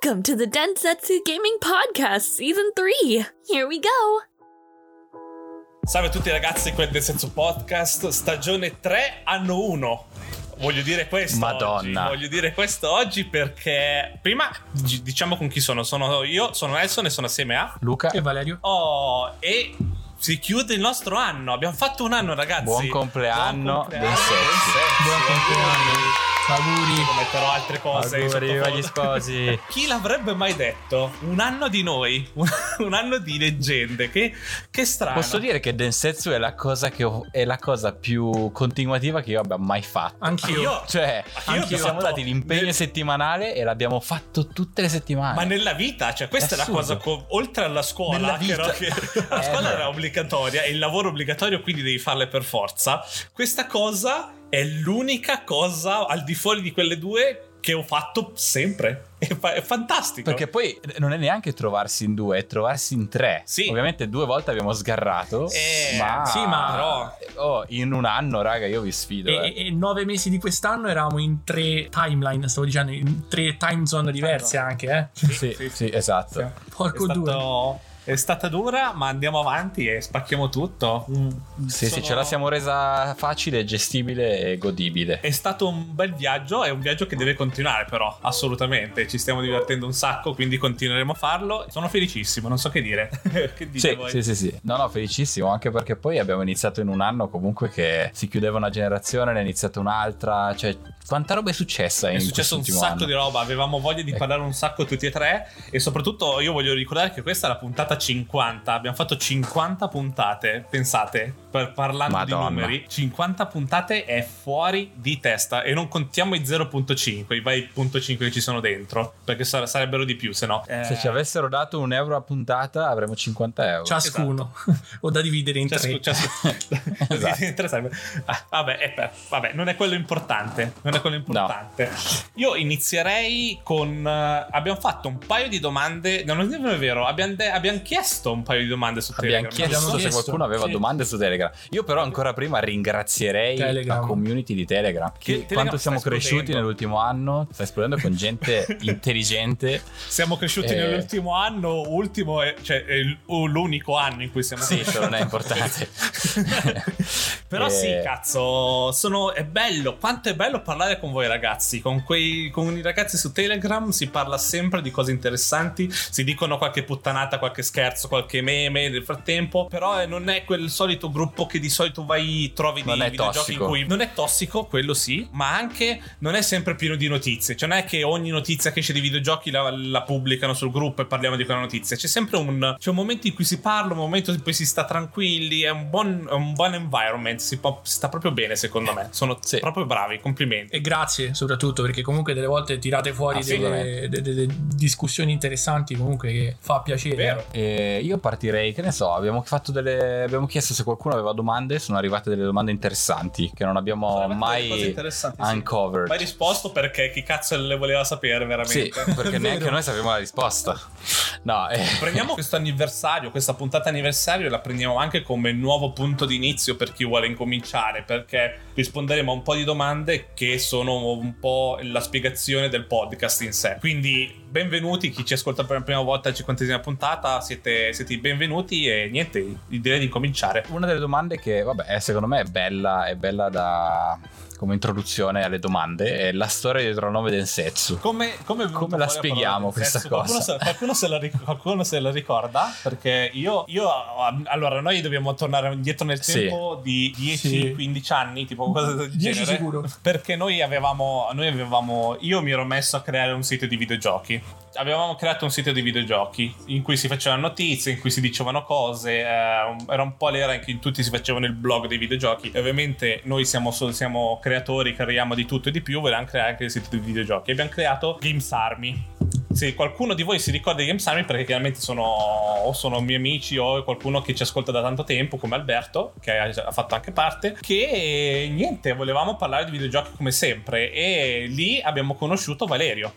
Welcome to the Densetsu Gaming Podcast Season 3. Here we go. Salve a tutti ragazzi, qui è Densetsu Podcast, stagione 3, anno 1. Voglio dire questo Madonna. oggi. Voglio dire questo oggi perché prima diciamo con chi sono. Sono io, sono Nelson e sono assieme a Luca e Valerio. E si chiude il nostro anno. Abbiamo fatto un anno, ragazzi. Buon compleanno. Buon compleanno. Auguri. Metterò altre cose. Auguri agli sposi. Chi l'avrebbe mai detto? Un anno di noi, un anno di leggende. Che strano. Posso dire che Densetsu è la cosa è la cosa più continuativa che io abbia mai fatto. Anch'io. Cioè, Anch'io ci siamo fatto dati l'impegno settimanale e l'abbiamo fatto tutte le settimane. Ma nella vita, cioè questa è la cosa, oltre alla scuola, Nella vita. che la scuola era obbligatoria e il lavoro obbligatorio, quindi devi farle per forza. Questa cosa è l'unica cosa al di fuori di quelle due che ho fatto sempre. È fantastico. Perché poi non è neanche trovarsi in due, è trovarsi in tre. Sì. Ovviamente 2 volte abbiamo sgarrato. Ma però in un anno, raga, io vi sfido. E 9 mesi di quest'anno eravamo in 3 timeline, stavo dicendo, in 3 time zone diverse anche, Sì, esatto. Porco due. È stata dura, ma andiamo avanti e spacchiamo tutto. Sì, ce la siamo resa facile, gestibile e godibile. È stato un bel viaggio, è un viaggio che deve continuare però, assolutamente. Ci stiamo divertendo un sacco, quindi continueremo a farlo. Sono felicissimo, non so che dire. Che dite voi? Sì. No, felicissimo, anche perché poi abbiamo iniziato in un anno comunque che si chiudeva una generazione, ne è iniziata un'altra, cioè quanta roba è successa È successo un sacco di roba, avevamo voglia di parlare un sacco tutti e tre e soprattutto io voglio ricordare che questa è la puntata 50, abbiamo fatto 50 puntate, pensate, parlando di numeri, 50 puntate è fuori di testa e non contiamo i 0.5, i vari .5 che ci sono dentro, perché sarebbero di più, se no. Se ci avessero dato €1 a puntata avremmo 50 euro. Ciascuno, o da dividere in 3. Esatto. Vabbè, non è quello importante. No. Io inizierei con abbiamo fatto un paio di domande. No, non è vero. Abbiamo chiesto un paio di domande su Telegram. Abbiamo chiesto se qualcuno aveva domande su Telegram. Io però ancora prima ringrazierei Telegram. la community di Telegram. Quanto siamo cresciuti nell'ultimo anno. Sta esplodendo con gente intelligente. Siamo cresciuti nell'ultimo anno. Ultimo è l'unico anno in cui siamo cresciuti. Non è importante. Però sì, cazzo, è bello. Quanto è bello parlare con voi ragazzi, con i ragazzi su Telegram si parla sempre di cose interessanti, si dicono qualche puttanata, qualche scherzo, qualche meme nel frattempo, però non è quel solito gruppo che di solito trovi di videogiochi in cui non è tossico, quello sì, ma anche non è sempre pieno di notizie, cioè non è che ogni notizia che esce di videogiochi la pubblicano sul gruppo e parliamo di quella notizia, c'è sempre un momento in cui si parla, un momento in cui si sta tranquilli, è un buon environment, si sta proprio bene secondo me, sono proprio bravi, complimenti. E grazie soprattutto perché comunque delle volte tirate fuori delle discussioni interessanti, comunque che fa piacere. Io partirei, che ne so, abbiamo chiesto se qualcuno aveva domande, sono arrivate delle domande interessanti che non abbiamo mai uncovered. Mai risposto perché chi cazzo le voleva sapere veramente? Sì, perché neanche noi sapevamo la risposta. No, prendiamo questo anniversario, questa puntata anniversario, la prendiamo anche come nuovo punto di inizio per chi vuole incominciare, perché risponderemo a un po' di domande che sono un po' la spiegazione del podcast in sé. Quindi benvenuti, chi ci ascolta per la prima volta alla 50esima puntata, siete i benvenuti e niente, direi di cominciare. Una delle domande che secondo me è bella come introduzione alle domande è la storia dietro al nome Densetsu. Come la spieghiamo questa cosa? Qualcuno se la ricorda? Perché allora noi dobbiamo tornare indietro nel tempo di 10-15 anni, tipo qualcosa del 10 genere. Sicuro. Perché noi avevamo io mi ero messo a creare un sito di videogiochi. Avevamo creato un sito di videogiochi in cui si facevano notizie, in cui si dicevano cose, era un po' l'era in cui tutti si facevano il blog dei videogiochi. E ovviamente noi siamo creatori, creiamo di tutto e di più, volevamo creare anche il sito di videogiochi. Abbiamo creato Games Army. Se qualcuno di voi si ricorda di Games Army, perché chiaramente sono miei amici o qualcuno che ci ascolta da tanto tempo, come Alberto, che ha fatto anche parte, che niente, volevamo parlare di videogiochi come sempre, e lì abbiamo conosciuto Valerio.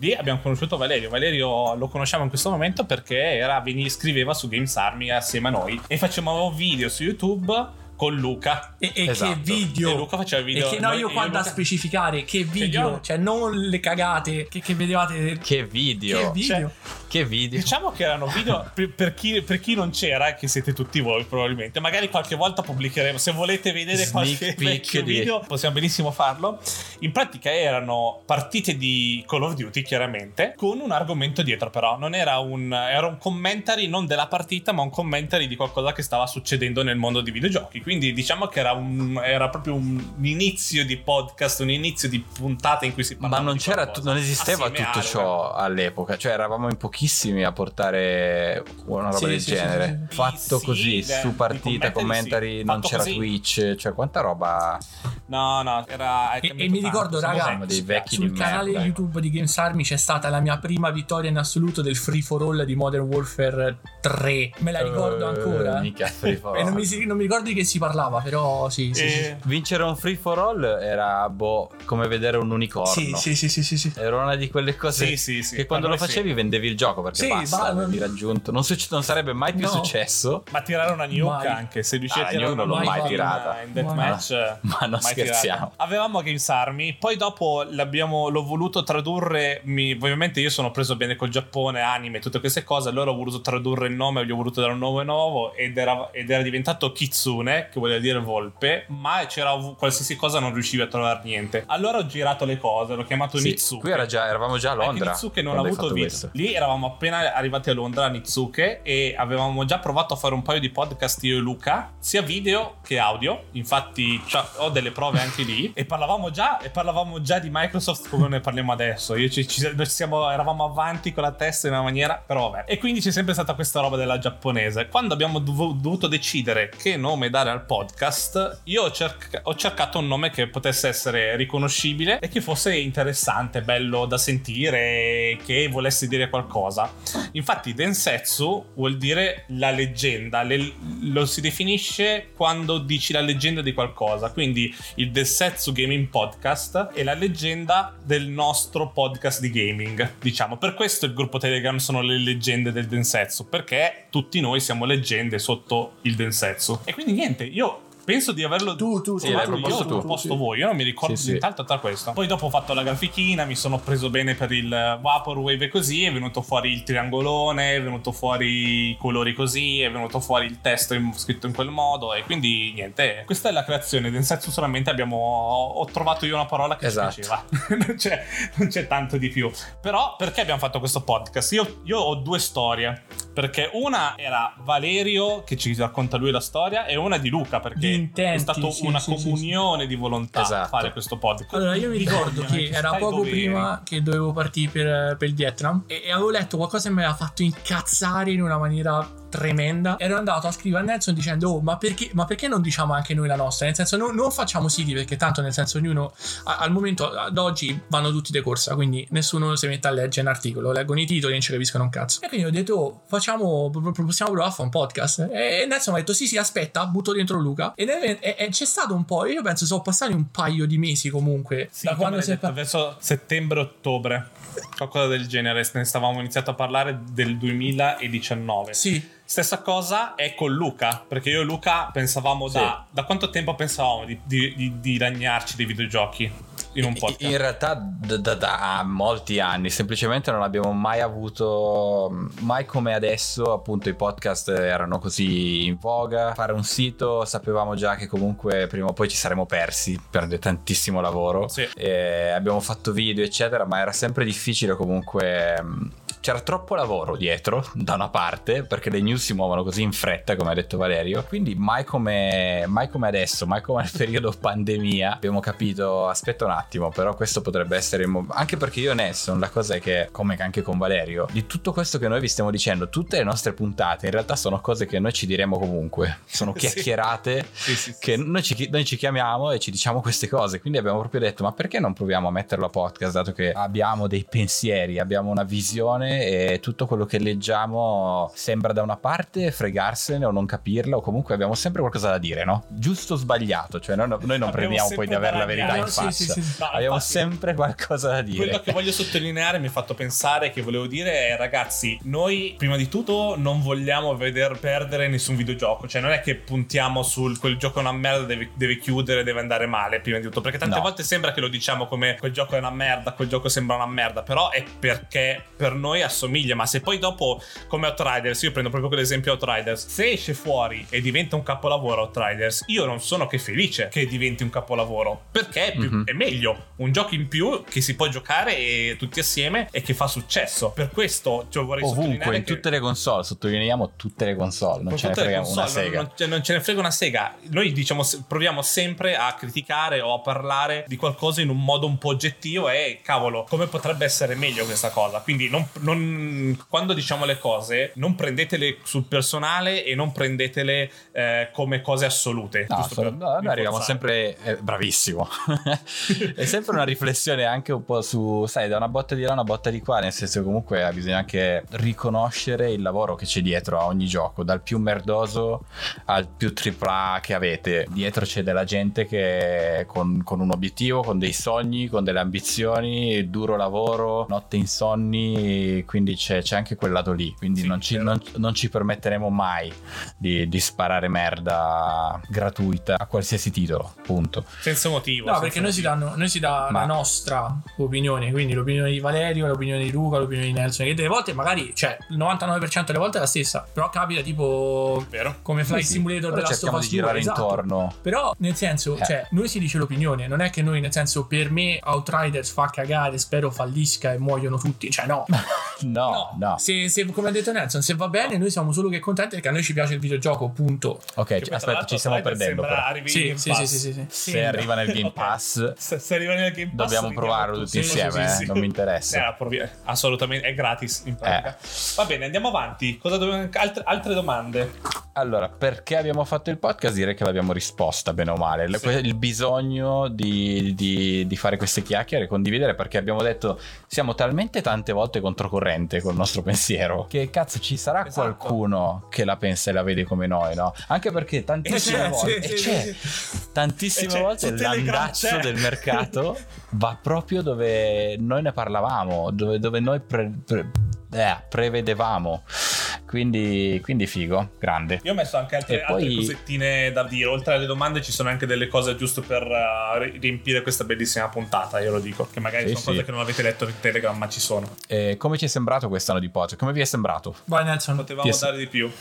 Valerio lo conosciamo in questo momento perché scriveva su Games Army assieme a noi e facevamo video su YouTube con Luca. E Esatto. che video. E Luca faceva video. E che io quando a specificare che video, cioè non le cagate che vedevate. Che video. Che video. Diciamo che erano video per chi non c'era, che siete tutti voi probabilmente. Magari qualche volta pubblicheremo. Se volete vedere qualche vecchio video, possiamo benissimo farlo. In pratica erano partite di Call of Duty, chiaramente, con un argomento dietro, però non era era un commentary non della partita, ma un commentary di qualcosa che stava succedendo nel mondo dei videogiochi. Quindi diciamo che era proprio un inizio di podcast, un inizio di puntata in cui si parlava. Ma non esisteva tutto ciò all'epoca, cioè eravamo in pochissimi a portare una roba del genere. Fatto così, su partita, commentary, non c'era così. Twitch, cioè quanta roba. No, era. E mi ricordo, raga, dei vecchi sul canale YouTube di Games Army c'è stata la mia prima vittoria in assoluto del free for all di Modern Warfare 3. Me la ricordo ancora. Mica free for all. E non mi ricordo di che si parlava, però sì. Vincere un free for all era come vedere un unicorno. Sì. Era una di quelle cose che quando lo facevi vendevi il gioco, perché basta, avevi raggiunto. Non sarebbe mai più successo. Ma tirare una nuke anche, se riuscite a tirare non l'ho mai tirata in deathmatch. Ma non scherziamo. Avevamo Games Army, poi dopo l'ho voluto tradurre. Ovviamente io sono preso bene col Giappone, anime, tutte queste cose. Allora ho voluto tradurre il nome, gli ho voluto dare un nome nuovo ed era diventato Kitsune, che voleva dire volpe, ma c'era qualsiasi cosa, non riuscivi a trovare niente. Allora ho girato le cose, l'ho chiamato Nitsuke. Qui eravamo già a Londra. Nitsuke non ha avuto video. Lì eravamo appena arrivati a Londra, a Nitsuke, e avevamo già provato a fare un paio di podcast io e Luca, sia video che audio. Infatti ho delle prove anche lì, e parlavamo già di Microsoft come ne parliamo adesso. Eravamo avanti con la testa in una maniera, però vabbè. E quindi c'è sempre stata questa roba della giapponese. Quando abbiamo dovuto decidere che nome dare al podcast, io ho cercato un nome che potesse essere riconoscibile e che fosse interessante, bello da sentire, che volesse dire qualcosa. Infatti Densetsu vuol dire la leggenda, lo si definisce quando dici la leggenda di qualcosa. Quindi il Densetsu Gaming Podcast è la leggenda del nostro podcast di gaming, diciamo. Per questo il gruppo Telegram sono le leggende del Densetsu, perché tutti noi siamo leggende sotto il Densetsu. E quindi niente, io penso di averlo proposto voi. Io non mi ricordo nient'altro tra questo. Poi dopo ho fatto la grafichina, mi sono preso bene per il Vaporwave e così, è venuto fuori il triangolone, è venuto fuori i colori così, è venuto fuori il testo scritto in quel modo, e quindi niente, questa è la creazione. Densetsu solamente ho trovato io una parola che ci piaceva. non c'è tanto di più. Però perché abbiamo fatto questo podcast? Io ho due storie, perché una era Valerio che ci racconta lui la storia, e una di Luca, perché è stata una comunione di volontà fare questo podcast. Allora io mi ricordo che era poco prima che dovevo partire per il Vietnam, e avevo letto qualcosa che mi aveva fatto incazzare in una maniera tremenda. Ero andato a scrivere a Nelson dicendo ma perché non diciamo anche noi la nostra, nel senso non facciamo siti, perché tanto nel senso ognuno al momento ad oggi vanno tutti di corsa, quindi nessuno si mette a leggere un articolo, leggono i titoli e non ci capiscono un cazzo. E quindi ho detto possiamo provare a fare un podcast, e Nelson mi ha detto sì aspetta, butto dentro Luca, e c'è stato un po', io penso sono passati un paio di mesi comunque da quando si è verso settembre-ottobre, qualcosa del genere. Ne stavamo iniziando a parlare del 2019. Stessa cosa è con Luca, perché io e Luca pensavamo da quanto tempo pensavamo di lagnarci dei videogiochi in un podcast? In realtà da molti anni, semplicemente non abbiamo mai avuto, mai come adesso, appunto i podcast erano così in voga. Fare un sito sapevamo già che comunque prima o poi ci saremmo persi per tantissimo lavoro, abbiamo fatto video eccetera, ma era sempre difficile comunque. C'era troppo lavoro dietro da una parte, perché le news si muovono così in fretta, come ha detto Valerio, quindi mai come adesso, mai come nel periodo pandemia abbiamo capito aspetta un attimo, però questo potrebbe essere anche perché io e Nelson, la cosa è che, come anche con Valerio, di tutto questo che noi vi stiamo dicendo, tutte le nostre puntate in realtà sono cose che noi ci diremo comunque, sono chiacchierate che noi ci chiamiamo e ci diciamo queste cose, quindi abbiamo proprio detto ma perché non proviamo a metterlo a podcast, dato che abbiamo dei pensieri, abbiamo una visione opinione e tutto quello che leggiamo sembra da una parte fregarsene o non capirla, o comunque abbiamo sempre qualcosa da dire, no? Giusto o sbagliato, cioè noi non prendiamo poi di avere la verità in faccia. No, abbiamo infatti, sempre qualcosa da dire. Quello che voglio sottolineare, mi ha fatto pensare, che volevo dire è: ragazzi, noi prima di tutto non vogliamo veder perdere nessun videogioco, cioè non è che puntiamo sul quel gioco è una merda, deve chiudere, deve andare male prima di tutto, perché tante volte sembra che lo diciamo come quel gioco è una merda, quel gioco sembra una merda, però è perché per noi assomiglia. Ma se poi dopo, come Outriders, io prendo proprio quell'esempio Outriders, se esce fuori e diventa un capolavoro Outriders, io non sono che felice che diventi un capolavoro, perché è meglio un gioco in più che si può giocare e tutti assieme e che fa successo. Per questo vorrei ovunque, in tutte le console, sottolineiamo tutte le console, non ce ne frega una sega. Non ce ne frega una sega. Noi diciamo, proviamo sempre a criticare o a parlare di qualcosa in un modo un po' oggettivo e cavolo, come potrebbe essere meglio questa cosa. Quindi quando diciamo le cose non prendetele sul personale e non prendetele come cose assolute. Noi arriviamo sempre bravissimo. È sempre una riflessione anche un po' su, sai, da una botta di là una botta di qua, nel senso che comunque bisogna anche riconoscere il lavoro che c'è dietro a ogni gioco, dal più merdoso al più AAA che avete. Dietro c'è della gente che con un obiettivo, con dei sogni, con delle ambizioni, duro lavoro, notte insonni, quindi c'è anche quel lato lì, quindi sì, non ci permetteremo mai di sparare merda gratuita a qualsiasi titolo, punto. Senza motivo. No, perché noi si dà la nostra opinione, quindi l'opinione di Valerio, l'opinione di Luca, l'opinione di Nelson, che delle volte magari, cioè il 99% delle volte è la stessa, però capita tipo come Flight Simulator della Last of Us 2, girare intorno. Però nel senso, cioè noi si dice l'opinione, non è che noi, nel senso, per me Outriders fa cagare, spero fallisca e muoiono tutti, cioè no. No. Se come ha detto Nelson, se va bene noi siamo solo che contenti perché a noi ci piace il videogioco, punto. Ok, aspetta, ci stiamo perdendo però. Sì. Se arriva nel Game Pass, se arriva nel Game Pass dobbiamo provarlo tutti insieme, sì. non mi interessa. Assolutamente, è gratis in pratica. Va bene, andiamo avanti. Cosa dobbiamo altre domande? Allora, perché abbiamo fatto il podcast? Direi che l'abbiamo risposta bene o male. Il bisogno di fare queste chiacchiere, condividere, perché abbiamo detto siamo talmente tante volte controcorrente col nostro pensiero che cazzo ci sarà qualcuno che la pensa e la vede come noi, no? Anche perché tantissime volte tantissime volte l'andazzo del mercato va proprio dove noi ne parlavamo, dove noi prevedevamo. Quindi figo, grande. Io ho messo anche altre cosettine da dire. Oltre alle domande ci sono anche delle cose giusto per riempire questa bellissima puntata, io lo dico, che magari sono cose che non avete letto in Telegram, ma ci sono. Come ci è sembrato quest'anno di podcast? Come vi è sembrato? Vai Nelson. Potevamo dare di più.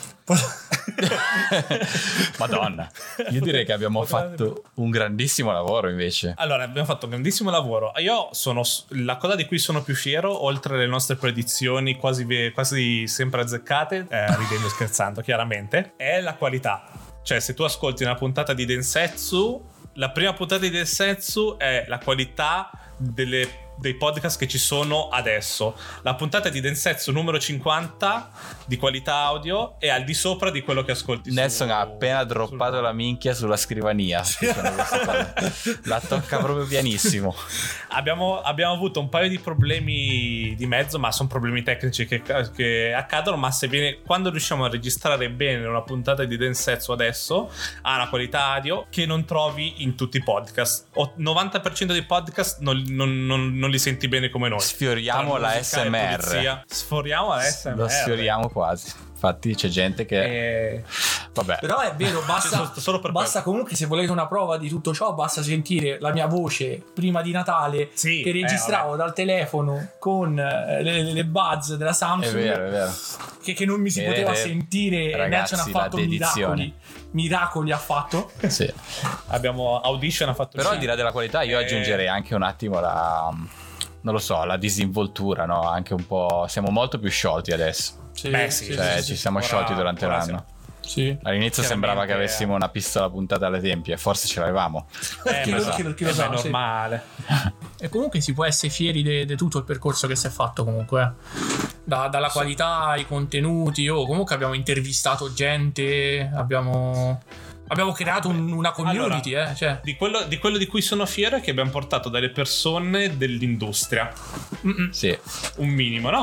Madonna, io direi che abbiamo fatto un grandissimo lavoro invece. Allora, abbiamo fatto un grandissimo lavoro. Io la cosa di cui sono più fiero, oltre alle nostre predizioni quasi sempre azzeccate, ridendo e scherzando chiaramente, è la qualità. Cioè, se tu ascolti una puntata di Densetsu, la prima puntata di Densetsu è la qualità dei podcast che ci sono adesso. La puntata di Densetsu numero 50 di qualità audio è al di sopra di quello che ascolti. Nelson ha appena droppato la minchia sulla scrivania. La tocca proprio pianissimo. Abbiamo avuto un paio di problemi di mezzo, ma sono problemi tecnici che accadono. Ma quando riusciamo a registrare bene una puntata di Densetsu adesso, ha una qualità audio che non trovi in tutti i podcast. 90% dei podcast non li senti bene come noi. Sfioriamo la SMR. Sforiamo la SMR. Lo sfioriamo quasi. Infatti c'è gente che vabbè. Però è vero, basta comunque, se volete una prova di tutto ciò, basta sentire la mia voce prima di Natale che registravo dal telefono con le buzz della Samsung. È vero. Che non mi si poteva sentire. Ragazzi, Nelson ha fatto miracoli ha fatto. Sì. Abbiamo Audition ha fatto. Però al di là della qualità io aggiungerei anche un attimo non lo so, la disinvoltura, no? Anche un po', siamo molto più sciolti adesso. Ci siamo sciolti durante l'anno. Sì. All'inizio sembrava che avessimo una pistola puntata alle tempie, forse ce l'avevamo. Chi lo sa, è normale. E comunque si può essere fieri di tutto il percorso che si è fatto comunque. Dalla qualità ai contenuti. Comunque abbiamo intervistato gente, abbiamo creato una community. Allora, cioè. di quello di cui sono fiero è che abbiamo portato delle persone dell'industria. Sì. Un minimo, no?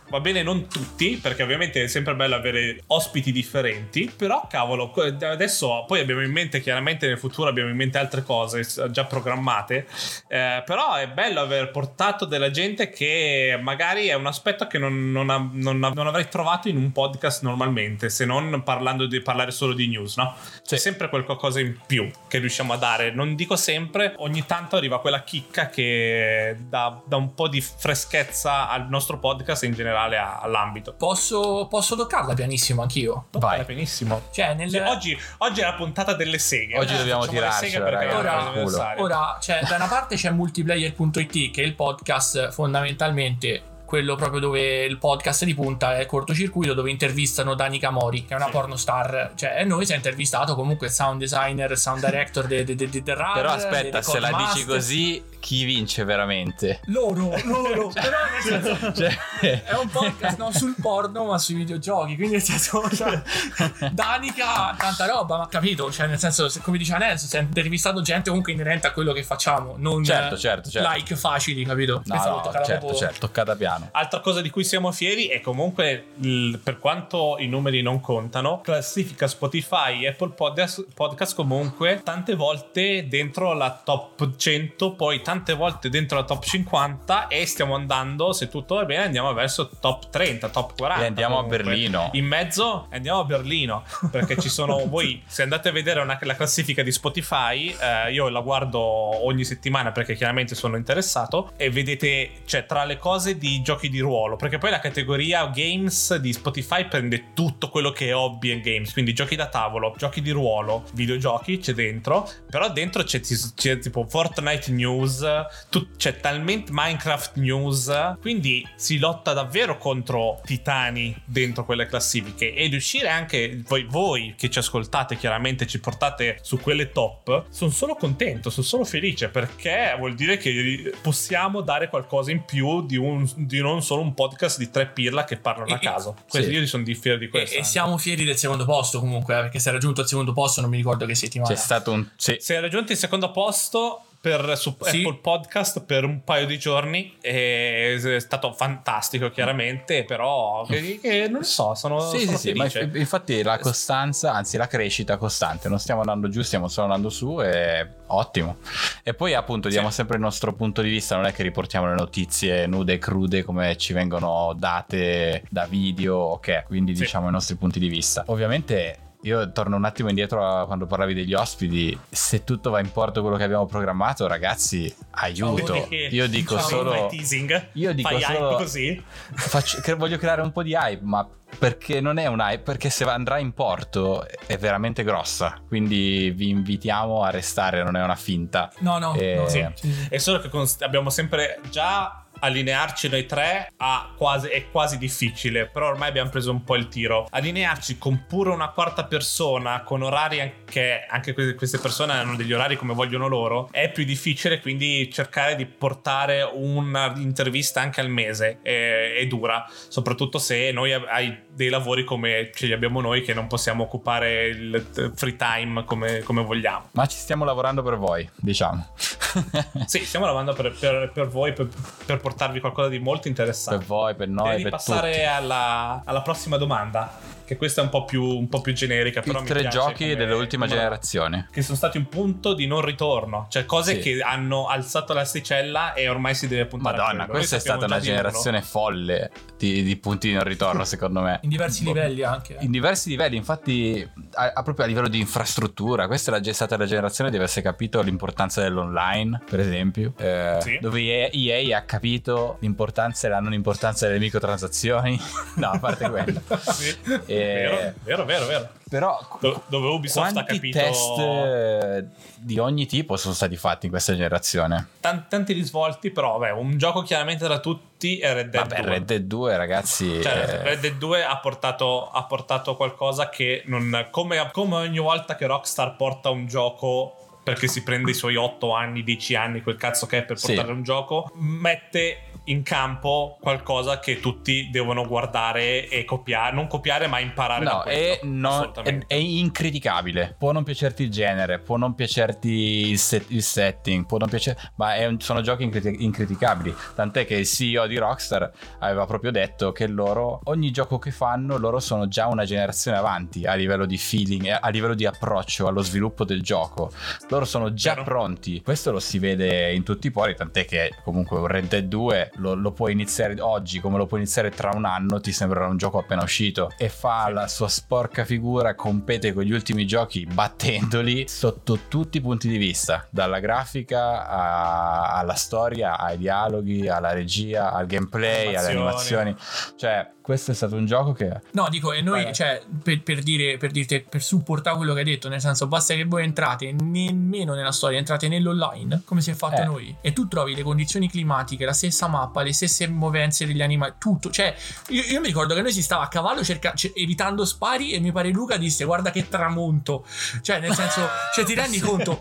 va bene non tutti, perché ovviamente è sempre bello avere ospiti differenti, però cavolo, adesso poi abbiamo in mente, chiaramente nel futuro abbiamo in mente altre cose già programmate, però è bello aver portato della gente che magari è un aspetto che non avrei trovato in un podcast normalmente, se non parlare solo di news, no? C'è sempre qualcosa in più che riusciamo a dare, non dico sempre, ogni tanto arriva quella chicca che dà un po' di freschezza al nostro podcast e in generale all'ambito. Posso toccarla pianissimo anch'io? Vai, benissimo. Cioè, oggi è la puntata delle seghe. Oggi dobbiamo tirarci ora, cioè, da una parte c'è multiplayer.it, che è il podcast fondamentalmente quello proprio dove il podcast di punta è Cortocircuito, dove intervistano Danica Mori, che è una pornostar, cioè, e noi si è intervistato comunque il sound designer, sound director di The RAR. Però aspetta, se la dici così, chi vince veramente? Loro però nel senso, è un podcast non sul porno ma sui videogiochi, quindi nel senso, cioè, Danica tanta roba, ma capito, cioè nel senso, come dice Nelson, si è intervistato gente comunque inerente a quello che facciamo, non certo. like facili, capito? Certo, toccata piano. Altra cosa di cui siamo fieri è comunque, per quanto i numeri non contano, classifica Spotify, Apple Podcast comunque tante volte dentro la top 100, poi tante volte dentro la top 50, e stiamo andando, se tutto va bene, andiamo verso top 30, top 40 e andiamo comunque a Berlino. In mezzo andiamo a Berlino, perché ci sono voi, se andate a vedere la classifica di Spotify, io la guardo ogni settimana perché chiaramente sono interessato, e vedete, cioè, tra le cose di giochi di ruolo, perché poi la categoria games di Spotify prende tutto quello che è hobby and games, quindi giochi da tavolo, giochi di ruolo, videogiochi c'è dentro, però dentro c'è tipo Fortnite news, c'è talmente Minecraft news, quindi si lotta davvero contro titani dentro quelle classifiche, e riuscire anche voi che ci ascoltate, chiaramente ci portate su quelle top, sono solo contento, sono solo felice, perché vuol dire che possiamo dare qualcosa in più di non solo un podcast di 3 pirla che parlano a caso. Io sono fiero di questo. E siamo fieri del secondo posto comunque, perché si è raggiunto il secondo posto, non mi ricordo che settimana. C'è stato si è raggiunto il secondo posto su Apple Podcast per un paio di giorni, e è stato fantastico chiaramente, però che non so, sono felice. Ma infatti la costanza, anzi la crescita costante, non stiamo andando giù, stiamo solo andando su, è ottimo. E poi appunto diamo sempre il nostro punto di vista, non è che riportiamo le notizie nude e crude come ci vengono date da video, ok, quindi diciamo i nostri punti di vista. Ovviamente io torno un attimo indietro a quando parlavi degli ospiti. Se tutto va in porto quello che abbiamo programmato, ragazzi, aiuto. Io dico solo così. Voglio creare un po' di hype, ma perché non è un hype, perché se andrà in porto è veramente grossa, quindi vi invitiamo a restare, non è una finta. No. È solo che abbiamo sempre già allinearci noi tre è quasi difficile, però ormai abbiamo preso un po' il tiro. Allinearci con pure una quarta persona, con orari anche queste persone hanno degli orari come vogliono loro, è più difficile, quindi cercare di portare un'intervista anche al mese è dura, soprattutto se noi hai dei lavori come ce li abbiamo noi, che non possiamo occupare il free time come vogliamo. Ma ci stiamo lavorando per voi, diciamo. Sì, stiamo lavorando per voi, per portarvi qualcosa di molto interessante. Per voi, per noi, Direi per di passare tutti. alla prossima domanda, che questa è un po' più generica, però I 3 giochi dell'ultima generazione che sono stati un punto di non ritorno, cioè cose che hanno alzato l'asticella e ormai si deve puntare. Madonna, questa è stata una generazione folle di punti di non ritorno, secondo me. In diversi livelli anche. In diversi livelli, infatti, proprio a livello di infrastruttura. Questa è stata la generazione di aversi capito l'importanza dell'online, per esempio, dove EA ha capito l'importanza e la non importanza delle microtransazioni. No, a parte quello. Vero. Però dove Ubisoft ha capito, test di ogni tipo sono stati fatti in questa generazione. Tanti risvolti, però un gioco chiaramente da tutti è Red Dead 2. Red Dead 2, ragazzi, Red Dead 2 ha portato qualcosa che non, come ogni volta che Rockstar porta un gioco, perché si prende i suoi 8 anni, 10 anni, quel cazzo che è per portare un gioco, mette in campo qualcosa che tutti devono guardare e copiare, non copiare ma imparare da quello. È incriticabile. Può non piacerti il genere, può non piacerti il setting, può non piacere, ma sono giochi incriticabili. Tant'è che il CEO di Rockstar aveva proprio detto che loro, ogni gioco che fanno, loro sono già una generazione avanti a livello di feeling, a livello di approccio allo sviluppo del gioco. Loro sono già pronti. Questo lo si vede in tutti i pori, tant'è che comunque un Red Dead 2 lo puoi iniziare oggi come lo puoi iniziare tra un anno, ti sembrerà un gioco appena uscito, e fa la sua sporca figura, compete con gli ultimi giochi battendoli sotto tutti i punti di vista, dalla grafica alla storia, ai dialoghi, alla regia, al gameplay, alle animazioni. Cioè, questo è stato un gioco che... No, dico, e noi, cioè, per supportare quello che hai detto, nel senso, basta che voi entrate nemmeno nella storia, entrate nell'online, come si è fatto noi, e tu trovi le condizioni climatiche, la stessa mappa, le stesse movenze degli animali, tutto. Cioè, io mi ricordo che noi si stava a cavallo evitando spari, e mi pare Luca disse: guarda che tramonto. Cioè, nel senso, cioè, ti rendi conto?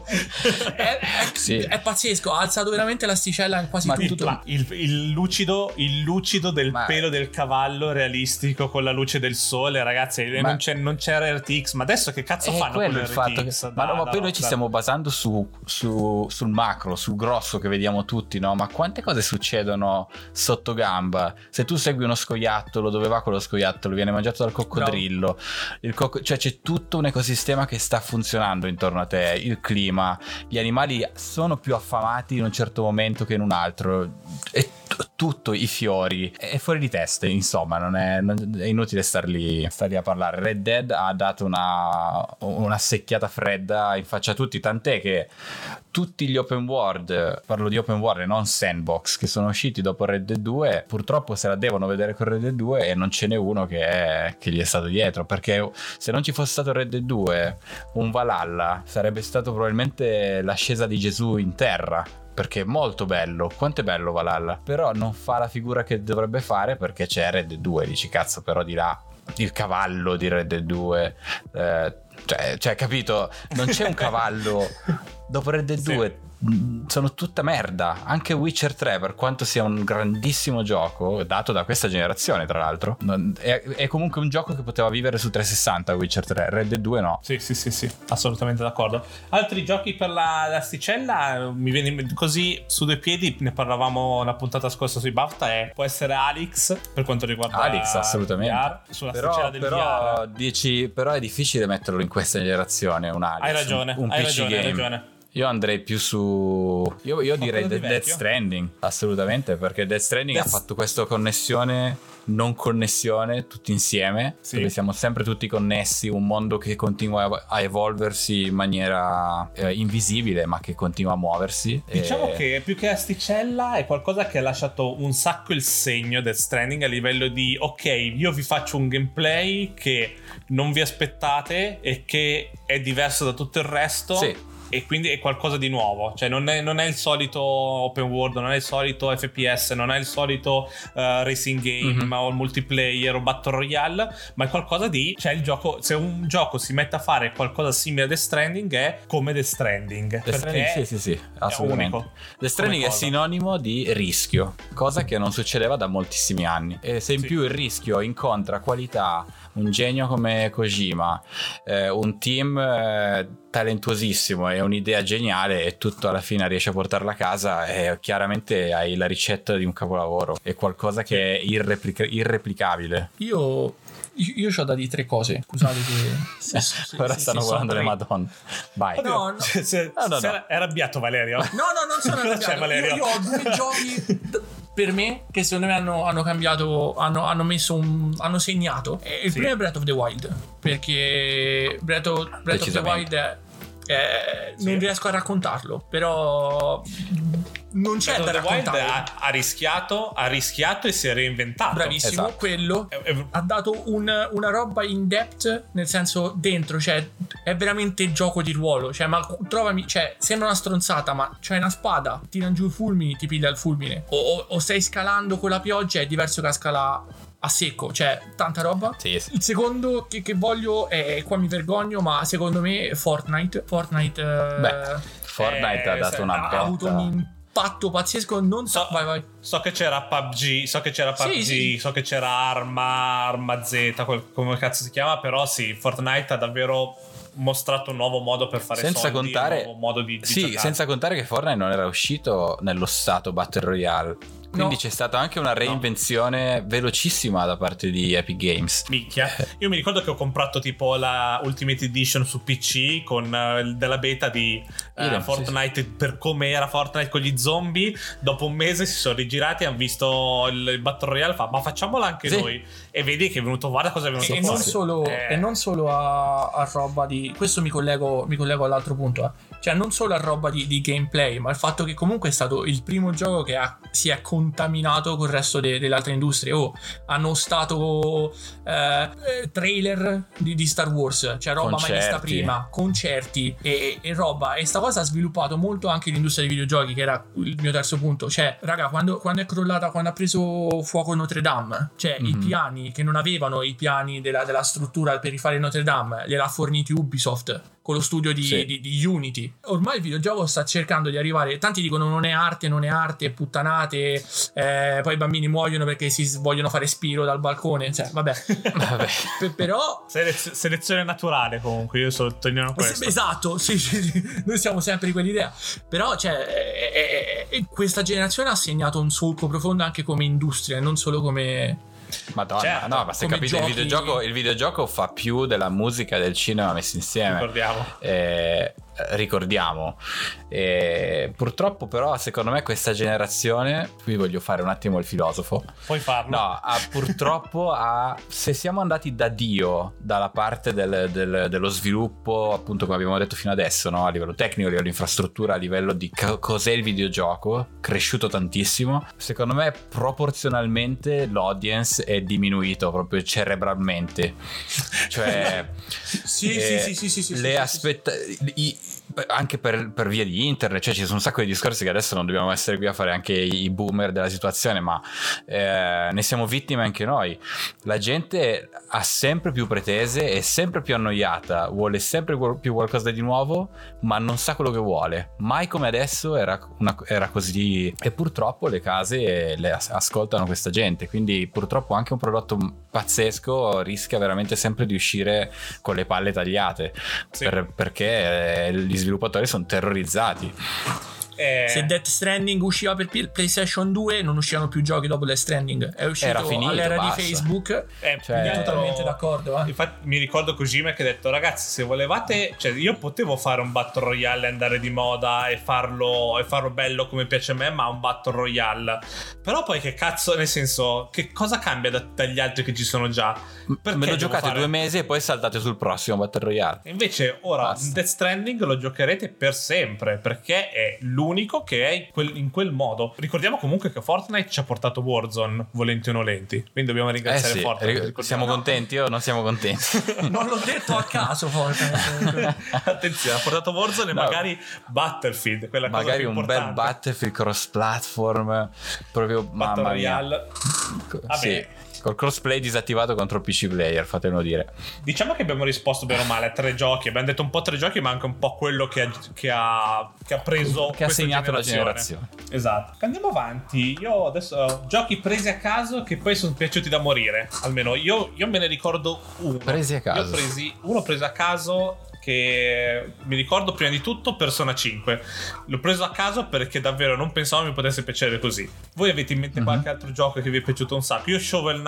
È pazzesco, ha alzato veramente l'asticella in quasi tutto. Il lucido del pelo del cavallo realistico con la luce del sole, ragazzi, non c'era RTX, ma adesso che cazzo fanno con l'RTX? Ma poi noi ci stiamo basando sul macro, sul grosso che vediamo tutti, no? Ma quante cose succedono sotto gamba? Se tu segui uno scoiattolo, dove va quello scoiattolo? Viene mangiato dal coccodrillo. Cioè c'è tutto un ecosistema che sta funzionando intorno a te, il clima, gli animali sono più affamati in un certo momento che in un altro, e tutto, i fiori, è fuori di testa, insomma. È inutile star lì a parlare. Red Dead ha dato una secchiata fredda in faccia a tutti, tant'è che tutti gli open world, parlo di open world e non sandbox, che sono usciti dopo Red Dead 2, purtroppo se la devono vedere con Red Dead 2, e non ce n'è uno che gli è stato dietro, perché se non ci fosse stato Red Dead 2, un Valhalla sarebbe stato probabilmente l'ascesa di Gesù in terra, perché è molto bello. Quanto è bello Valhalla, però non fa la figura che dovrebbe fare, perché c'è Red Dead 2. Dici, cazzo, però di là il cavallo di Red Dead 2, cioè capito, non c'è un cavallo dopo Red Dead 2. Sono tutta merda. Anche Witcher 3, per quanto sia un grandissimo gioco dato da questa generazione, tra l'altro, è comunque un gioco che poteva vivere su 360. Witcher 3, Red Dead 2 no. Sì, assolutamente d'accordo. Altri giochi per l'asticella, mi viene così su due piedi, ne parlavamo la puntata scorsa sui BAFTA, può essere Alex, per quanto riguarda Alex, assolutamente VR, sull'asticella del VR. Dici, però è difficile metterlo in questa generazione, un Alex. Hai ragione, un PC game. Hai ragione. Io andrei più su... Io direi Death Stranding, assolutamente, perché Death Stranding ha fatto questa connessione, non connessione, tutti insieme, dove siamo sempre tutti connessi, un mondo che continua a evolversi in maniera invisibile, ma che continua a muoversi. Diciamo che più che asticella è qualcosa che ha lasciato un sacco il segno Death Stranding, a livello di ok, io vi faccio un gameplay che non vi aspettate e che è diverso da tutto il resto. Sì. E quindi è qualcosa di nuovo, cioè non è il solito open world, non è il solito FPS, non è il solito racing game o il multiplayer o battle royale, ma è qualcosa di, cioè il gioco, se un gioco si mette a fare qualcosa simile a Death Stranding, è come Death Stranding. Sì, assolutamente. Unico. Death Stranding è sinonimo di rischio, cosa che non succedeva da moltissimi anni, e se in più il rischio incontra qualità, un genio come Kojima, un team talentuosissimo e un'idea geniale, e tutto alla fine riesci a portarla a casa, e chiaramente hai la ricetta di un capolavoro, è qualcosa che è irreplicabile. Io c'ho da dire tre cose, scusate che ora stanno guardando le madonne. Vai. No. È arrabbiato Valerio? No, non sono arrabbiato. Valerio? Io ho due giochi per me che secondo me hanno cambiato, hanno segnato. Il primo è Breath of the Wild, perché Breath of the Wild non riesco a raccontarlo, però non c'è da raccontare. Ha rischiato e si è reinventato. Bravissimo, esatto. Quello ha dato una roba in depth, nel senso dentro, cioè è veramente gioco di ruolo, cioè ma trovami, cioè sembra una stronzata, ma c'hai una spada, tirano giù i fulmini, ti piglia il fulmine, o stai scalando con la pioggia, è diverso che a scala a secco, cioè tanta roba. Sì. Il secondo che voglio è, qua mi vergogno, ma secondo me Fortnite Fortnite ha dato una ha avuto impatto pazzesco. Non so, vai. So che c'era PUBG, Sì. so che c'era Arma Z, come cazzo si chiama, però sì, Fortnite ha davvero mostrato un nuovo modo per fare senza soldi, contare, un nuovo modo di giocare. senza contare che Fortnite non era uscito nello stato Battle Royale, quindi c'è stata anche una reinvenzione velocissima da parte di Epic Games. Minchia, io mi ricordo che ho comprato tipo la Ultimate Edition su PC con della beta di Fortnite, sì. Per come era Fortnite con gli zombie. Dopo un mese si sono rigirati e hanno visto il Battle Royale, ma facciamola anche noi, e vedi che è venuto, guarda cosa è venuto fuori. E non solo a roba di, questo mi collego all'altro punto, cioè non solo a roba di gameplay, ma il fatto che comunque è stato il primo gioco che si è contaminato col resto delle altre industrie. Hanno stato trailer di Star Wars, cioè roba mai vista prima, concerti e roba, e sta cosa ha sviluppato molto anche l'industria dei videogiochi, che era il mio terzo punto. Cioè raga, quando è crollata, quando ha preso fuoco Notre Dame, cioè i piani che non avevano i piani della struttura per rifare Notre Dame gliel'ha forniti Ubisoft con lo studio di Unity. Ormai il videogioco sta cercando di arrivare, tanti dicono non è arte, puttanate, poi i bambini muoiono perché si vogliono fare Spiro dal balcone, cioè vabbè. Però selezione naturale, comunque io sottolineo questo. Esatto, sì, noi siamo sempre di quell'idea. Però cioè questa generazione ha segnato un solco profondo anche come industria, non solo come... Madonna, certo, no, ma se capite, il videogioco fa più della musica e del cinema messi insieme. Ricordiamo. Purtroppo però secondo me questa generazione, qui voglio fare un attimo il filosofo, puoi farlo. No, purtroppo se siamo andati da Dio dalla parte dello sviluppo, appunto come abbiamo detto fino adesso, no? A livello tecnico, a livello di infrastruttura, a livello di cos'è il videogioco, cresciuto tantissimo. Secondo me proporzionalmente l'audience è diminuito proprio cerebralmente, cioè anche per via di internet, cioè ci sono un sacco di discorsi che adesso non dobbiamo essere qui a fare anche i boomer della situazione, ma ne siamo vittime anche noi. La gente ha sempre più pretese, è sempre più annoiata, vuole sempre più qualcosa di nuovo, ma non sa quello che vuole. Mai come adesso era così, e purtroppo le case ascoltano questa gente, quindi purtroppo anche un prodotto pazzesco rischia veramente sempre di uscire con le palle tagliate, sì. Perché gli sviluppatori sono terrorizzati. Se Death Stranding usciva per PlayStation 2 non uscivano più giochi dopo Death Stranding, è uscito all'era di Facebook, quindi totalmente d'accordo. Infatti mi ricordo Kojima che ha detto: ragazzi, se volevate, cioè io potevo fare un Battle Royale, andare di moda e farlo bello come piace a me, ma un Battle Royale, però poi che cazzo, nel senso, che cosa cambia dagli altri che ci sono già? Perché me lo giocate 2 mesi e poi saltate sul prossimo Battle Royale. Invece ora Death Stranding lo giocherete per sempre, perché è l'unico che è in quel modo. Ricordiamo comunque che Fortnite ci ha portato Warzone, volenti o nolenti, quindi dobbiamo ringraziare Fortnite. Siamo contenti o non siamo contenti? Non l'ho detto a caso Fortnite. Attenzione, ha portato Warzone e magari Battlefield, quella magari cosa più un bel Battlefield cross platform, proprio Battle Royale. Sì, col crossplay disattivato contro PC player, fatemelo dire. Diciamo che abbiamo risposto bene o male a 3 giochi. Abbiamo detto un po' 3 giochi, ma anche un po' quello che ha preso, che ha segnato la generazione. Esatto. Andiamo avanti. Io adesso giochi presi a caso che poi sono piaciuti da morire. Almeno io me ne ricordo uno. Presi a caso. Uno preso a caso, che mi ricordo prima di tutto Persona 5. L'ho preso a caso perché davvero non pensavo mi potesse piacere così. Voi avete in mente qualche altro gioco che vi è piaciuto un sacco? Io Shovel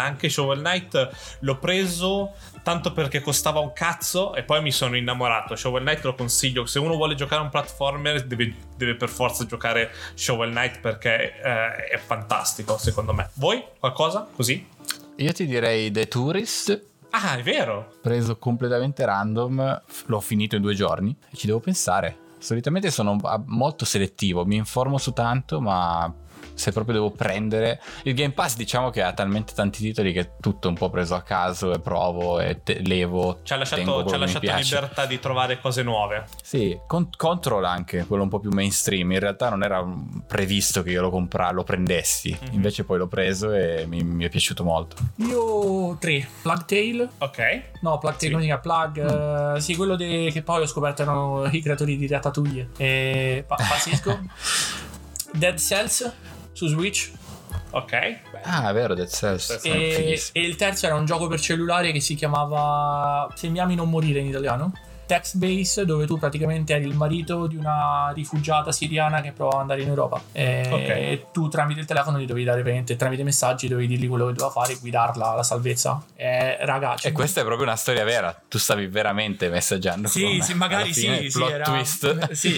Knight l'ho preso tanto perché costava un cazzo e poi mi sono innamorato. Shovel Knight lo consiglio, se uno vuole giocare un platformer deve per forza giocare Shovel Knight, perché è fantastico secondo me. Voi? Qualcosa? Così? Io ti direi The Tourist. Ah, è vero. Preso completamente random, l'ho finito in 2 giorni e ci devo pensare. Solitamente sono molto selettivo, mi informo su tanto, ma se proprio devo prendere il Game Pass, diciamo che ha talmente tanti titoli che è tutto un po' preso a caso e provo e levo. Ci ha lasciato libertà di trovare cose nuove. Sì, Control anche, quello un po' più mainstream. In realtà non era previsto che io lo prendessi, invece poi l'ho preso e mi è piaciuto molto. Io 3 Plague Tale. Ok. No, Plague Tale, sì. Plague, sì, quello che poi ho scoperto erano i creatori di Ratatouille. Pazzesco. Dead Cells su Switch. Ok. Ah, è vero, Dead Cells. E il terzo era un gioco per cellulare che si chiamava Se mi ami non morire in italiano. Text Base, dove tu praticamente eri il marito di una rifugiata siriana che provava ad andare in Europa e tu tramite il telefono gli dovevi dare veramente, tramite messaggi dovevi dirgli quello che doveva fare, guidarla alla salvezza. Ragazzi, e questa è proprio una storia vera, tu stavi veramente messaggiando sì, magari fine, sì, plot era, twist. sì.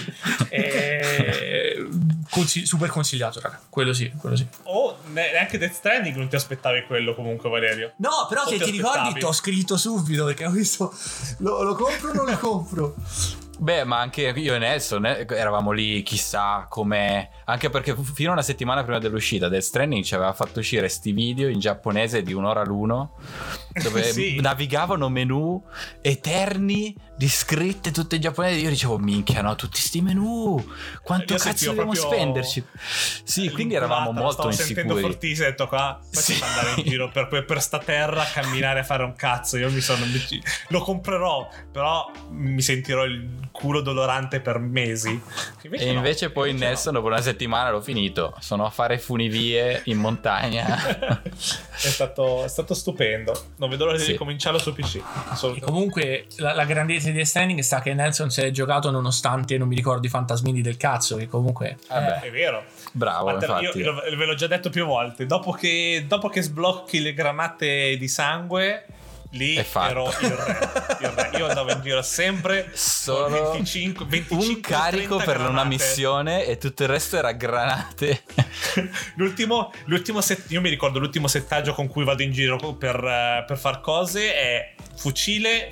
Super consigliato, raga, quello sì. Neanche Death Stranding non ti aspettavi quello comunque, Valerio. No, però O se ti ricordi aspettavi? ti ho scritto subito perché ho visto lo compro o non lo compro. Beh, ma anche io e Nelson eravamo lì, chissà com'è. Anche perché fino a una settimana prima dell'uscita Death Stranding ci aveva fatto uscire sti video in giapponese di un'ora l'uno, dove Sì. navigavano menu eterni di scritte tutte in giapponese. Io dicevo, minchia, no, tutti sti menu, quanto Io cazzo sentivo dobbiamo proprio spenderci? Sì, quindi eravamo molto stavo sentendo insicuri. fortissimo, ho detto qua Sì. faccio andare in giro per sta terra a camminare a fare un cazzo. Io lo comprerò, però mi sentirò il culo dolorante per mesi. E invece poi Nelson dopo una settimana l'ho finito, sono a fare funivie in montagna. è stato stupendo, non vedo l'ora di Sì. ricominciarlo su PC. E comunque la grandezza di Death Stranding sta che Nelson si è giocato nonostante non mi ricordo i fantasmini del cazzo, che comunque Vabbè, È vero. bravo, Ma infatti. io ve l'ho già detto più volte, dopo che sblocchi le granate di sangue, lì È fatto. ero il re. Io andavo in giro sempre Solo con 25 un carico 30 per una granate. missione e tutto il resto era granate. l'ultimo io mi ricordo l'ultimo settaggio con cui vado in giro per far cose è fucile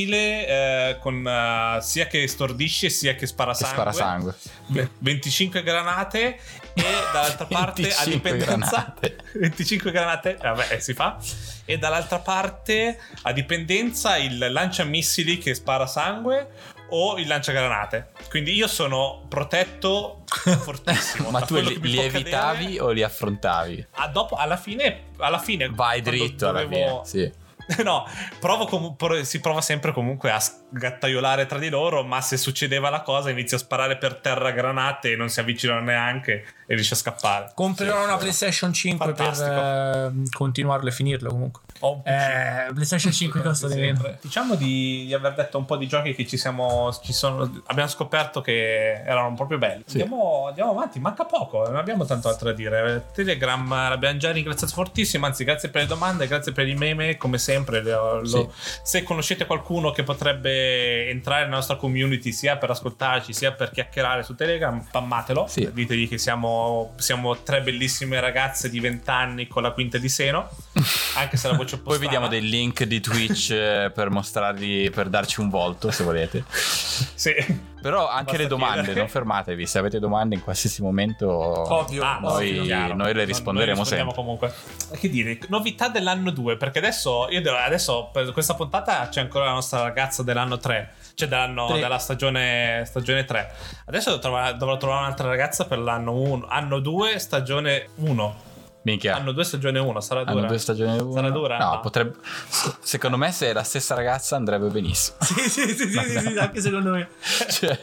con sia che stordisce sia che spara sangue. 25 granate e dall'altra parte a 25 dipendenza granate. 25 granate, vabbè, si fa. E dall'altra parte a dipendenza il lanciamissili che spara sangue o il lanciagranate. Quindi io sono protetto fortissimo. Ma da tu quello che mi li può evitavi cadere. o li affrontavi? Alla fine Vai quando dritto alla fine, sì. No, si prova sempre comunque a sgattaiolare tra di loro, ma se succedeva la cosa inizia a sparare per terra granate e non si avvicinano neanche e riesce a scappare. comprerò una PlayStation 5 per continuarlo e finirlo comunque. Ho un PC. PlayStation 5 costa di meno. Diciamo di aver detto un po' di giochi che abbiamo scoperto che erano proprio belli. Sì. Andiamo avanti, manca poco, non abbiamo tanto altro da dire. Telegram l'abbiamo già ringraziato fortissimo, anzi grazie per le domande, grazie per i meme, come sempre. Sì. Se conoscete qualcuno che potrebbe entrare nella nostra community sia per ascoltarci sia per chiacchierare su Telegram, spammatelo. Sì. Ditegli che siamo tre bellissime ragazze di 20 anni con la quinta di seno, anche se la voce è un po' Poi vi diamo strana. dei link di Twitch per mostrarli, per darci un volto se volete. Sì. Però anche Basta le domande, chiedere. non fermatevi, se avete domande in qualsiasi momento Ovvio. noi le risponderemo rispondiamo comunque. Che dire, novità dell'anno 2, perché adesso per questa puntata c'è ancora la nostra ragazza dell'anno 3, cioè della stagione 3. Adesso dovrò trovare un'altra ragazza per l'anno 1, anno 2, stagione 1. Minchia. Anno 2, stagione 1, sarà dura. Hanno 2 stagioni 1. Sarà dura? No, potrebbe. Secondo me, se è la stessa ragazza andrebbe benissimo. sì, anche secondo me. Cioè,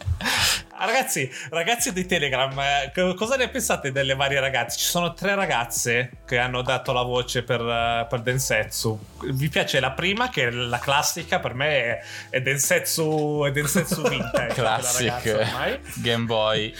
Ragazzi di Telegram, cosa ne pensate delle varie ragazze? Ci sono 3 ragazze che hanno dato la voce per Densetsu. Vi piace la prima, che è la classica? Per me è Densetsu vintage. classic Game Boy.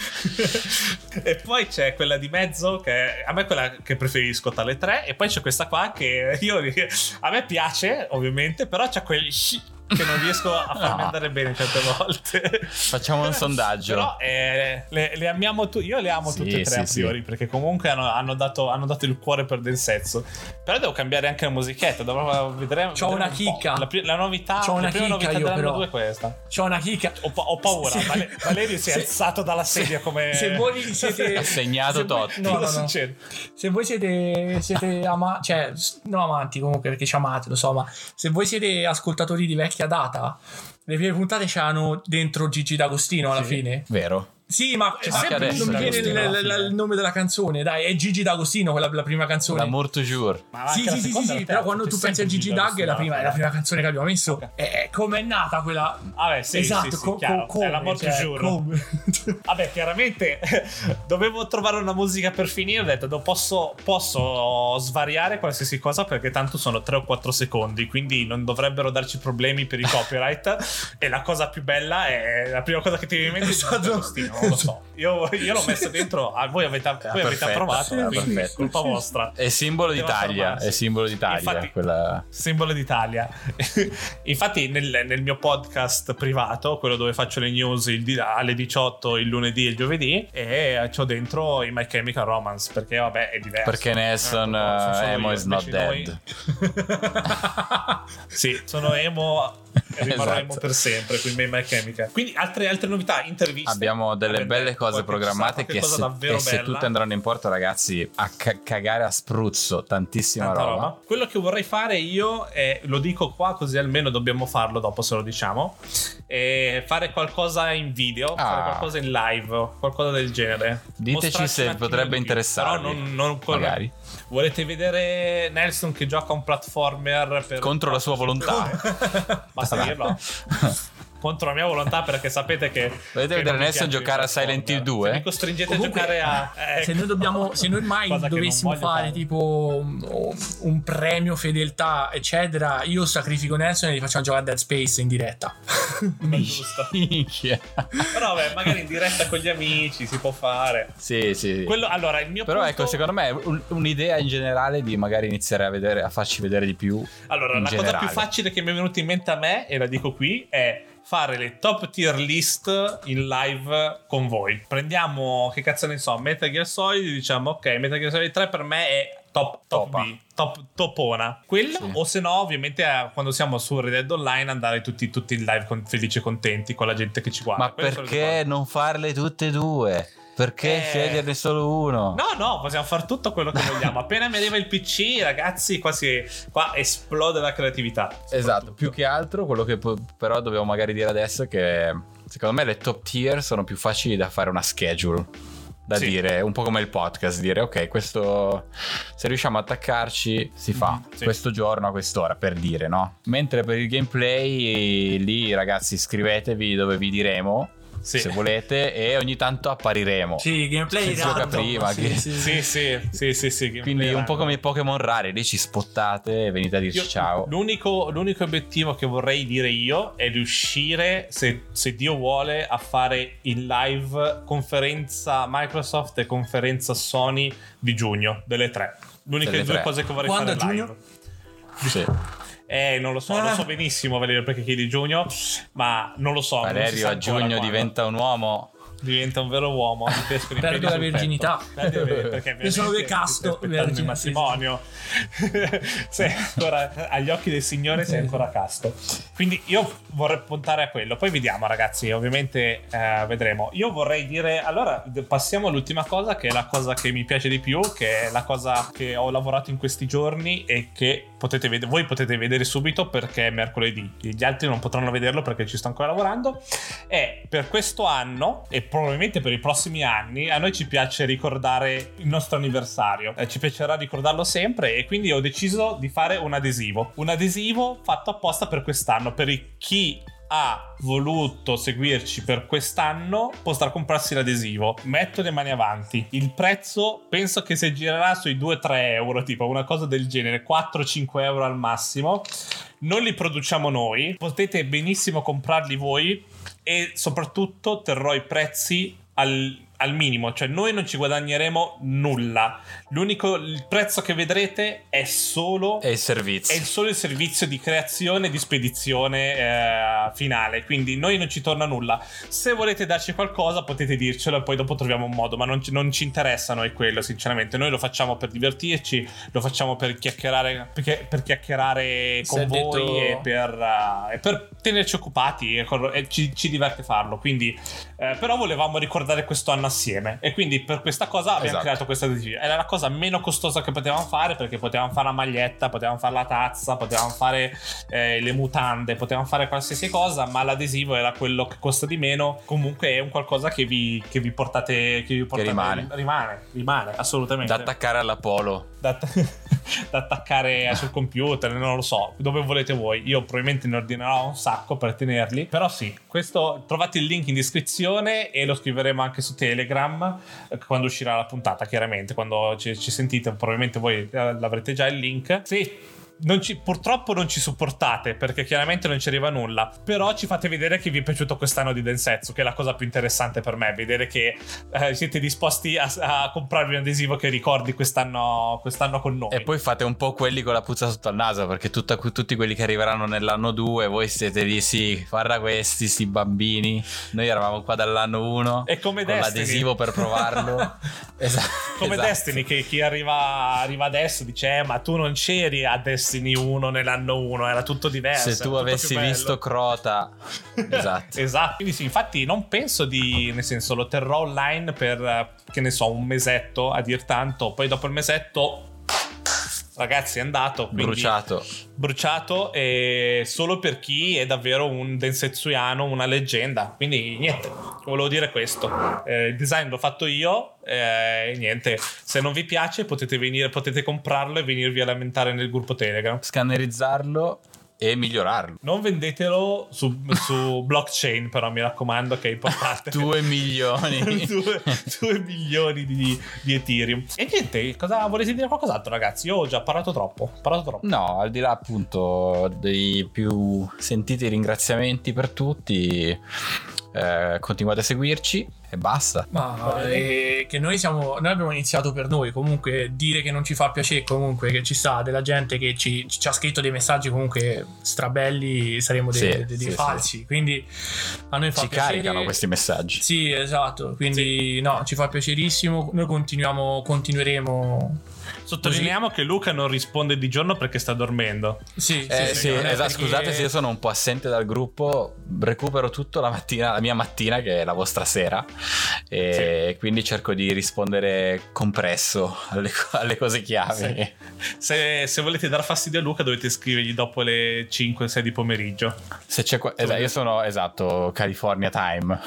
E poi c'è quella di mezzo, che a me è quella che preferisco tra le 3. E poi c'è questa qua che a me piace, ovviamente, però c'è quel che non riesco a farmi andare bene certe volte. Facciamo un sondaggio. Però le amiamo io le amo tutte e tre a priori, perché comunque hanno dato il cuore per Densetsu. Però devo cambiare anche la musichetta, vedremo. C'ho una chicca. La novità, C'ho una la prima chicca novità io, dell'anno però. 2 è questa. C'ho una chicca. Ho paura. Sì. Valerio si è alzato dalla sedia come Se voi siete Ha segnato Totti. No. Cosa succede? Se voi siete cioè non amanti comunque, perché ci amate, lo so, ma se voi siete ascoltatori di vecchia data, le prime puntate c'hanno dentro Gigi D'Agostino alla fine. Vero. Sì, ma anche adesso, non mi viene il nome della canzone, dai, è Gigi D'Agostino, quella la prima canzone. L'amour toujours. Sì, però quando tu pensi a Gigi Dag è la prima canzone che abbiamo messo. Come è nata quella? Vabbè, sì, esatto, è l'amour toujours. Vabbè, chiaramente dovevo trovare una musica per finire, ho detto posso svariare qualsiasi cosa perché tanto sono 3 o 4 secondi, quindi non dovrebbero darci problemi per i copyright. E la cosa più bella è la prima cosa che ti viene in mente, D'Agostino, non lo so. Io l'ho messo dentro, voi avete approvato, quindi è colpa vostra. È simbolo d'Italia, Infatti, quella... simbolo d'Italia. Infatti nel mio podcast privato, quello dove faccio le news alle 18 il lunedì e il giovedì, e c'ho dentro i My Chemical Romance, perché vabbè è diverso. Perché Nelson emo is not dead. Sì, sono emo e rimarrò emo per sempre, quindi My Chemical. Quindi altre novità, interviste. Abbiamo delle belle cose programmate che se tutte andranno in porto, ragazzi, a cagare a spruzzo, tantissima roba. Quello che vorrei fare io, lo dico qua così almeno dobbiamo farlo dopo se lo diciamo, è fare qualcosa in video, fare qualcosa in live, qualcosa del genere. Diteci se potrebbe interessarvi. Però non magari. Volete vedere Nelson che gioca un platformer contro la sua volontà? Basta dirlo. Contro la mia volontà, perché sapete che volete vedere Nelson giocare a Silent Hill 2? Mi costringete a giocare a se noi mai dovessimo fare tipo un premio fedeltà eccetera, io sacrifico Nelson e gli facciamo giocare a Dead Space in diretta. Giusto. Però vabbè, magari in diretta con gli amici si può fare. Sì. Quello, allora, il mio però punto... ecco, secondo me un'idea in generale di magari iniziare a farci vedere di più. Allora, la cosa più facile che mi è venuta in mente a me, e la dico qui, è fare le top tier list in live con voi. Prendiamo, che cazzo ne so, Metal Gear Solid, diciamo ok, Metal Gear Solid 3 per me è topona. Quello, sì. O se no, ovviamente quando siamo su Red Dead Online andare tutti in live felici e contenti con la gente che ci guarda. Ma perché non farle tutte e due? Perché sceglierne solo uno? No, possiamo fare tutto quello che vogliamo. Appena mi arriva il PC, ragazzi, qua esplode la creatività. Esatto, più che altro quello che però dobbiamo magari dire adesso è che secondo me le top tier sono più facili da fare una schedule, da dire, un po' come il podcast, dire ok, questo se riusciamo a attaccarci si fa questo giorno a quest'ora, per dire, no? Mentre per il gameplay lì, ragazzi, iscrivetevi dove vi diremo. Sì. Se volete, e ogni tanto appariremo. Sì, gameplay si gioca prima. Sì. Quindi un po' come i Pokémon rari, lì ci spottate e venite a dirci ciao. L'unico obiettivo che vorrei dire io è riuscire, se Dio vuole, a fare in live conferenza Microsoft e conferenza Sony di giugno, delle 3. L'unica due cose che vorrei fare live. Giugno? Sì. Non lo so, lo so benissimo, Valerio, perché chiedi giugno, ma non lo so. Valerio a giugno diventa un uomo. Diventa un vero uomo. Perdo la virginità. Perché io sono del casto il matrimonio. Sei ancora agli occhi del Signore, sei ancora casto. Quindi io vorrei puntare a quello. Poi vediamo, ragazzi, ovviamente vedremo. Io vorrei dire, allora passiamo all'ultima cosa, che è la cosa che mi piace di più, che è la cosa che ho lavorato in questi giorni e che voi potete vedere subito perché è mercoledì, gli altri non potranno vederlo perché ci sto ancora lavorando. E per questo anno e probabilmente per i prossimi anni a noi ci piace ricordare il nostro anniversario, ci piacerà ricordarlo sempre, e quindi ho deciso di fare un adesivo fatto apposta per quest'anno. Per chi ha voluto seguirci per quest'anno potrà comprarsi l'adesivo. Metto le mani avanti, il prezzo penso che si girerà sui 2-3 euro, tipo una cosa del genere, 4-5 euro al massimo. Non li produciamo noi, potete benissimo comprarli voi, e soprattutto terrò i prezzi al minimo, cioè noi non ci guadagneremo nulla. Il prezzo che vedrete è solo il servizio. È solo il servizio di creazione e di spedizione finale, quindi noi non ci torna nulla. Se volete darci qualcosa potete dircelo e poi dopo troviamo un modo, ma non ci interessa a noi quello, sinceramente. Noi lo facciamo per divertirci, lo facciamo per chiacchierare con voi e per tenerci occupati, e ci diverte farlo. Quindi però volevamo ricordare questo anno vanno assieme, e quindi per questa cosa abbiamo creato questa adesivo. Era la cosa meno costosa che potevamo fare, perché potevamo fare la maglietta, potevamo fare la tazza, potevamo fare le mutande, potevamo fare qualsiasi cosa, ma l'adesivo era quello che costa di meno. Comunque è un qualcosa che vi portate, che rimane assolutamente, da attaccare alla Polo, da attaccare sul computer, non lo so, dove volete voi. Io probabilmente ne ordinerò un sacco per tenerli, però sì, questo trovate il link in descrizione e lo scriveremo anche su Telegram quando uscirà la puntata. Chiaramente quando ci sentite probabilmente voi l'avrete già il link. Sì, purtroppo non ci supportate, perché chiaramente non ci arriva nulla, però ci fate vedere che vi è piaciuto quest'anno di Densetsu, che è la cosa più interessante per me, vedere che siete disposti a comprarvi un adesivo che ricordi quest'anno con noi. E poi fate un po' quelli con la puzza sotto al naso, perché tutti quelli che arriveranno nell'anno 2, voi siete lì, sì, guarda questi, sti bambini, noi eravamo qua dall'anno 1 e come con Destiny, l'adesivo per provarlo. Come Destiny, che chi arriva adesso dice ma tu non c'eri a Destiny 1 nell'anno 1, era tutto diverso. Se tu avessi visto Crota. Esatto. Quindi sì, infatti non penso nel senso, lo terrò online per che ne so, un mesetto a dir tanto, poi dopo il mesetto ragazzi è andato, bruciato, e solo per chi è davvero un densetsuiano, una leggenda. Quindi niente, volevo dire questo, il design l'ho fatto io, niente, se non vi piace potete comprarlo e venirvi a lamentare nel gruppo Telegram, scannerizzarlo e migliorarlo. Non vendetelo su blockchain, però mi raccomando, che è importante. 2 milioni 2 milioni di Ethereum. E niente, cosa volete dire? Qualcos'altro, ragazzi? Io ho già parlato troppo. No, al di là appunto dei più sentiti ringraziamenti per tutti, continuate a seguirci e basta. Ma che noi abbiamo iniziato per noi, comunque dire che non ci fa piacere, comunque che ci sta della gente che ci ha scritto dei messaggi comunque strabelli, saremo dei falsi, sì. Quindi a noi fa ci piacere, caricano questi messaggi. Sì, esatto, quindi no, ci fa piacerissimo, noi continueremo. Sottolineiamo che Luca non risponde di giorno perché sta dormendo. Sì, esatto. perché... Scusate se io sono un po' assente dal gruppo, recupero tutto la mia mattina, che è la vostra sera, e quindi cerco di rispondere compresso alle cose chiave. Sì. Se volete dar fastidio a Luca dovete scrivergli dopo le 5-6 di pomeriggio. Se c'è io sono California time,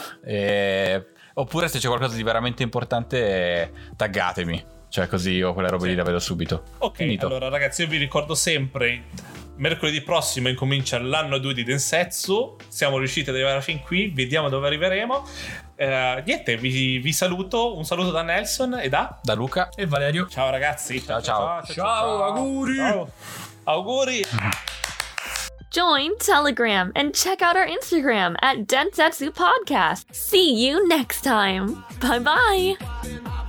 oppure se c'è qualcosa di veramente importante taggatemi. Cioè così io quelle robe lì la vedo subito. Ok, finito. Allora ragazzi, io vi ricordo sempre, mercoledì prossimo incomincia l'anno 2 di Densetsu. Siamo riusciti ad arrivare fin qui, vediamo dove arriveremo. Niente, vi saluto. Un saluto da Nelson e da Luca e Valerio. Ciao ragazzi. Ciao. Auguri. Ciao. Auguri. Join Telegram and check out our Instagram at Densetsu Podcast. See you next time. Bye bye.